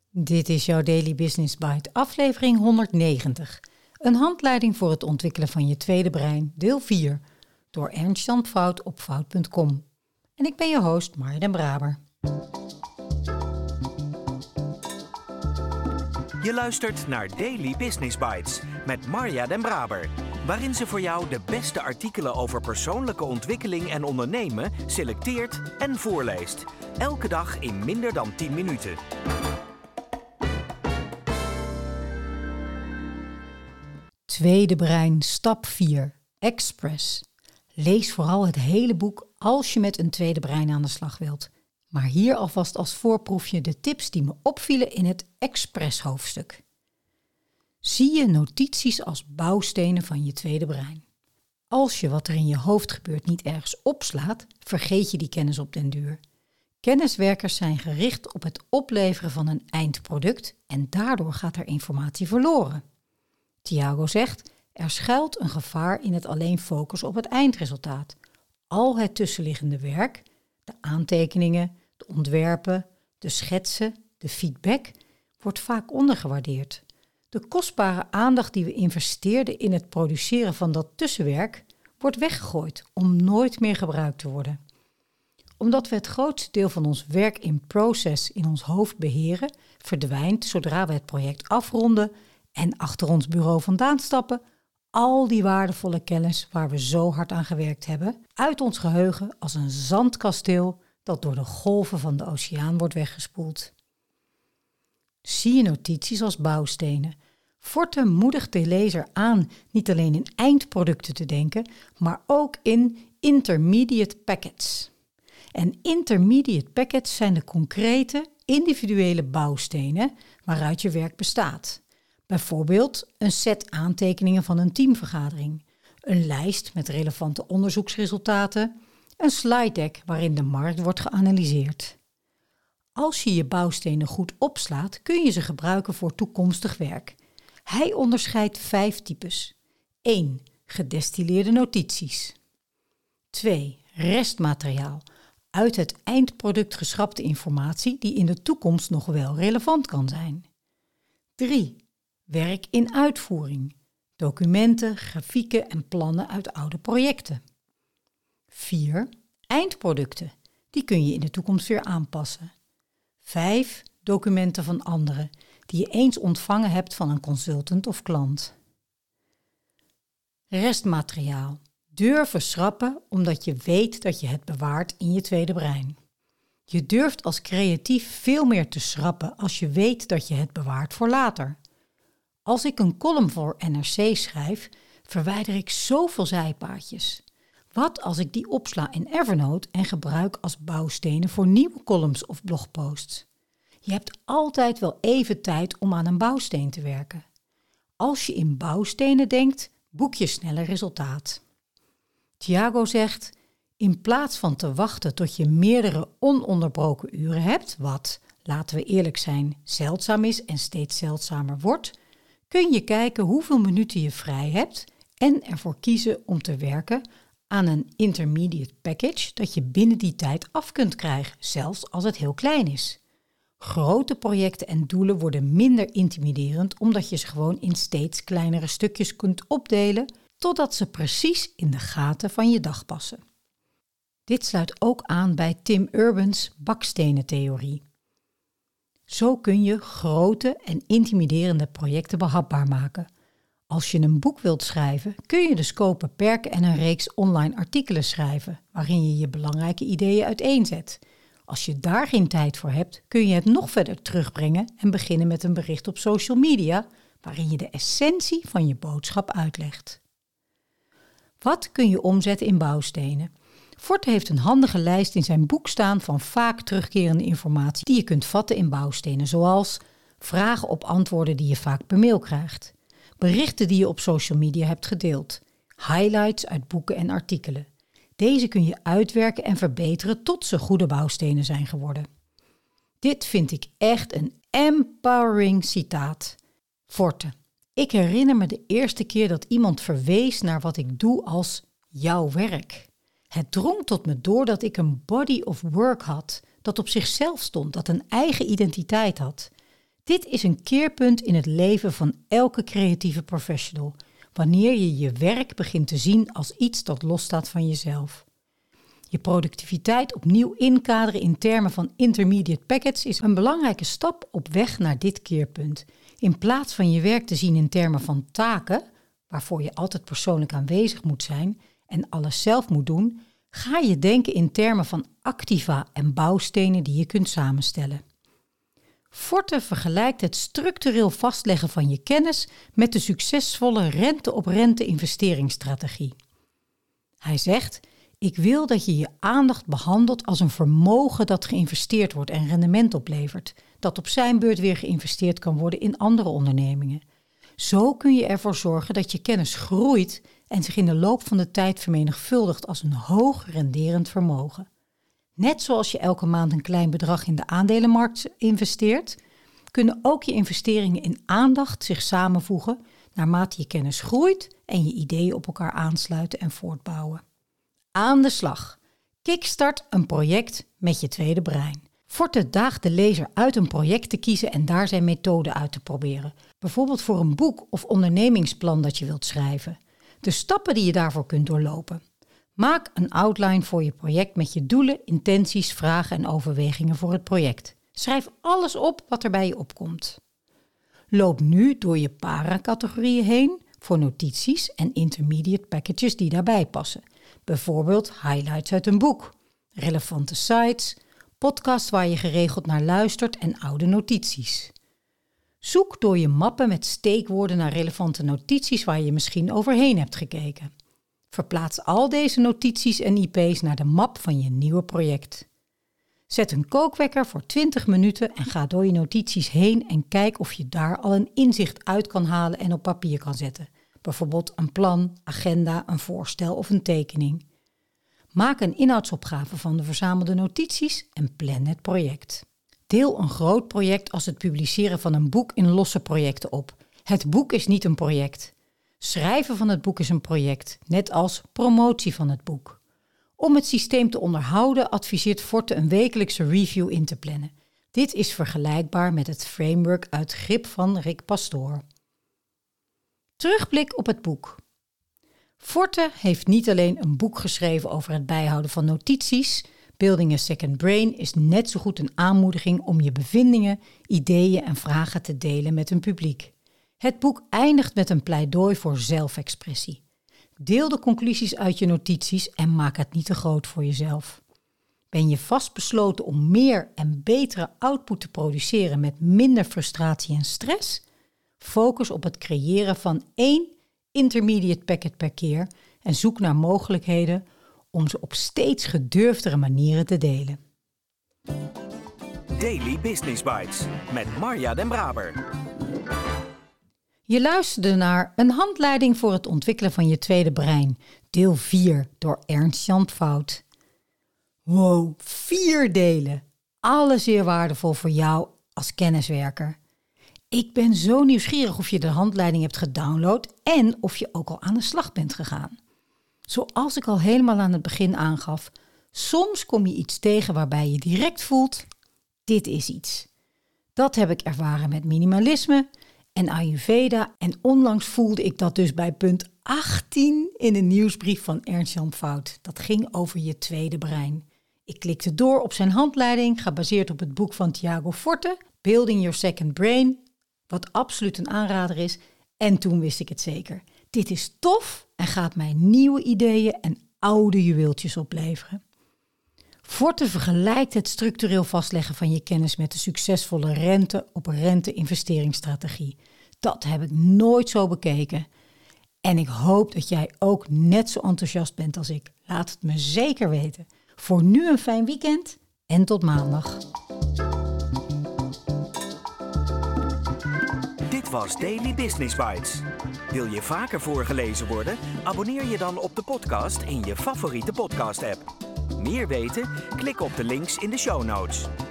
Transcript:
Dit is jouw Daily Business Bite, aflevering 190. Een handleiding voor het ontwikkelen van je tweede brein, deel 4, door Ernst-Jan Fout op fout.com. En ik ben je host, Marja den Braber. Je luistert naar Daily Business Bites met Marja den Braber, waarin ze voor jou de beste artikelen over persoonlijke ontwikkeling en ondernemen selecteert en voorleest. Elke dag in minder dan 10 minuten. Tweede brein, stap 4, Express. Lees vooral het hele boek als je met een tweede brein aan de slag wilt. Maar hier alvast als voorproefje de tips die me opvielen in het Express hoofdstuk. Zie je notities als bouwstenen van je tweede brein. Als je wat er in je hoofd gebeurt niet ergens opslaat, vergeet je die kennis op den duur. Kenniswerkers zijn gericht op het opleveren van een eindproduct en daardoor gaat er informatie verloren. Thiago zegt, er schuilt een gevaar in het alleen focussen op het eindresultaat. Al het tussenliggende werk, de aantekeningen, de ontwerpen, de schetsen, de feedback, wordt vaak ondergewaardeerd. De kostbare aandacht die we investeerden in het produceren van dat tussenwerk wordt weggegooid om nooit meer gebruikt te worden. Omdat we het grootste deel van ons werk in process in ons hoofd beheren, verdwijnt zodra we het project afronden en achter ons bureau vandaan stappen, al die waardevolle kennis waar we zo hard aan gewerkt hebben, uit ons geheugen als een zandkasteel dat door de golven van de oceaan wordt weggespoeld. Zie je notities als bouwstenen. Forte moedigt de lezer aan niet alleen in eindproducten te denken, maar ook in intermediate packets. En intermediate packets zijn de concrete, individuele bouwstenen waaruit je werk bestaat. Bijvoorbeeld een set aantekeningen van een teamvergadering, een lijst met relevante onderzoeksresultaten, een slide deck waarin de markt wordt geanalyseerd. Als je je bouwstenen goed opslaat, kun je ze gebruiken voor toekomstig werk. Hij onderscheidt 5 types. 1. Gedestilleerde notities. 2. Restmateriaal. Uit het eindproduct geschrapte informatie die in de toekomst nog wel relevant kan zijn. 3. Werk in uitvoering. Documenten, grafieken en plannen uit oude projecten. 4. Eindproducten. Die kun je in de toekomst weer aanpassen. 5. Documenten van anderen die je eens ontvangen hebt van een consultant of klant. Restmateriaal. Durven schrappen omdat je weet dat je het bewaart in je tweede brein. Je durft als creatief veel meer te schrappen als je weet dat je het bewaart voor later. Als ik een column voor NRC schrijf, verwijder ik zoveel zijpaadjes. Wat als ik die opsla in Evernote en gebruik als bouwstenen voor nieuwe columns of blogposts? Je hebt altijd wel even tijd om aan een bouwsteen te werken. Als je in bouwstenen denkt, boek je sneller resultaat. Thiago zegt, in plaats van te wachten tot je meerdere ononderbroken uren hebt, wat, laten we eerlijk zijn, zeldzaam is en steeds zeldzamer wordt, kun je kijken hoeveel minuten je vrij hebt en ervoor kiezen om te werken aan een intermediate package dat je binnen die tijd af kunt krijgen, zelfs als het heel klein is. Grote projecten en doelen worden minder intimiderend omdat je ze gewoon in steeds kleinere stukjes kunt opdelen totdat ze precies in de gaten van je dag passen. Dit sluit ook aan bij Tim Urban's bakstenen-theorie. Zo kun je grote en intimiderende projecten behapbaar maken. Als je een boek wilt schrijven, kun je de scope beperken en een reeks online artikelen schrijven, waarin je je belangrijke ideeën uiteenzet. Als je daar geen tijd voor hebt, kun je het nog verder terugbrengen en beginnen met een bericht op social media, waarin je de essentie van je boodschap uitlegt. Wat kun je omzetten in bouwstenen? Forte heeft een handige lijst in zijn boek staan van vaak terugkerende informatie die je kunt vatten in bouwstenen, zoals vragen op antwoorden die je vaak per mail krijgt, berichten die je op social media hebt gedeeld, highlights uit boeken en artikelen. Deze kun je uitwerken en verbeteren tot ze goede bouwstenen zijn geworden. Dit vind ik echt een empowering citaat. Forte. Ik herinner me de eerste keer dat iemand verwees naar wat ik doe als jouw werk. Het drong tot me door dat ik een body of work had dat op zichzelf stond, dat een eigen identiteit had. Dit is een keerpunt in het leven van elke creatieve professional, wanneer je je werk begint te zien als iets dat losstaat van jezelf. Je productiviteit opnieuw inkaderen in termen van intermediate packets is een belangrijke stap op weg naar dit keerpunt. In plaats van je werk te zien in termen van taken, waarvoor je altijd persoonlijk aanwezig moet zijn en alles zelf moet doen, ga je denken in termen van activa en bouwstenen die je kunt samenstellen. Forte vergelijkt het structureel vastleggen van je kennis met de succesvolle rente-op-rente investeringsstrategie. Hij zegt: ik wil dat je je aandacht behandelt als een vermogen dat geïnvesteerd wordt en rendement oplevert, dat op zijn beurt weer geïnvesteerd kan worden in andere ondernemingen. Zo kun je ervoor zorgen dat je kennis groeit en zich in de loop van de tijd vermenigvuldigt als een hoog renderend vermogen. Net zoals je elke maand een klein bedrag in de aandelenmarkt investeert, kunnen ook je investeringen in aandacht zich samenvoegen naarmate je kennis groeit en je ideeën op elkaar aansluiten en voortbouwen. Aan de slag. Kickstart een project met je tweede brein. Forte daagt de lezer uit een project te kiezen en daar zijn methode uit te proberen. Bijvoorbeeld voor een boek of ondernemingsplan dat je wilt schrijven. De stappen die je daarvoor kunt doorlopen. Maak een outline voor je project met je doelen, intenties, vragen en overwegingen voor het project. Schrijf alles op wat er bij je opkomt. Loop nu door je para-categorieën heen voor notities en intermediate packages die daarbij passen. Bijvoorbeeld highlights uit een boek, relevante sites, podcasts waar je geregeld naar luistert en oude notities. Zoek door je mappen met steekwoorden naar relevante notities waar je misschien overheen hebt gekeken. Verplaats al deze notities en IP's naar de map van je nieuwe project. Zet een kookwekker voor 20 minuten en ga door je notities heen en kijk of je daar al een inzicht uit kan halen en op papier kan zetten. Bijvoorbeeld een plan, agenda, een voorstel of een tekening. Maak een inhoudsopgave van de verzamelde notities en plan het project. Deel een groot project als het publiceren van een boek in losse projecten op. Het boek is niet een project. Schrijven van het boek is een project, net als promotie van het boek. Om het systeem te onderhouden adviseert Forte een wekelijkse review in te plannen. Dit is vergelijkbaar met het framework uit Grip van Rick Pastoor. Terugblik op het boek. Forte heeft niet alleen een boek geschreven over het bijhouden van notities. Building a Second Brain is net zo goed een aanmoediging om je bevindingen, ideeën en vragen te delen met een publiek. Het boek eindigt met een pleidooi voor zelfexpressie. Deel de conclusies uit je notities en maak het niet te groot voor jezelf. Ben je vastbesloten om meer en betere output te produceren met minder frustratie en stress? Focus op het creëren van 1 intermediate packet per keer en zoek naar mogelijkheden om ze op steeds gedurfdere manieren te delen. Daily Business Bites met Marja den Braber. Je luisterde naar een handleiding voor het ontwikkelen van je tweede brein, deel 4 door Ernst-Jan Fout. Wow, 4 delen. Alle zeer waardevol voor jou als kenniswerker. Ik ben zo nieuwsgierig of je de handleiding hebt gedownload en of je ook al aan de slag bent gegaan. Zoals ik al helemaal aan het begin aangaf, soms kom je iets tegen waarbij je direct voelt, dit is iets. Dat heb ik ervaren met minimalisme en Ayurveda en onlangs voelde ik dat dus bij punt 18 in een nieuwsbrief van Ernst-Jan Fout. Dat ging over je tweede brein. Ik klikte door op zijn handleiding, gebaseerd op het boek van Tiago Forte, Building Your Second Brain, wat absoluut een aanrader is. En toen wist ik het zeker. Dit is tof en gaat mij nieuwe ideeën en oude juweeltjes opleveren. Forte vergelijkt het structureel vastleggen van je kennis met de succesvolle rente-op-rente investeringsstrategie. Dat heb ik nooit zo bekeken. En ik hoop dat jij ook net zo enthousiast bent als ik. Laat het me zeker weten. Voor nu een fijn weekend en tot maandag. Dit was Daily Business Bites. Wil je vaker voorgelezen worden? Abonneer je dan op de podcast in je favoriete podcast-app. Meer weten? Klik op de links in de show notes.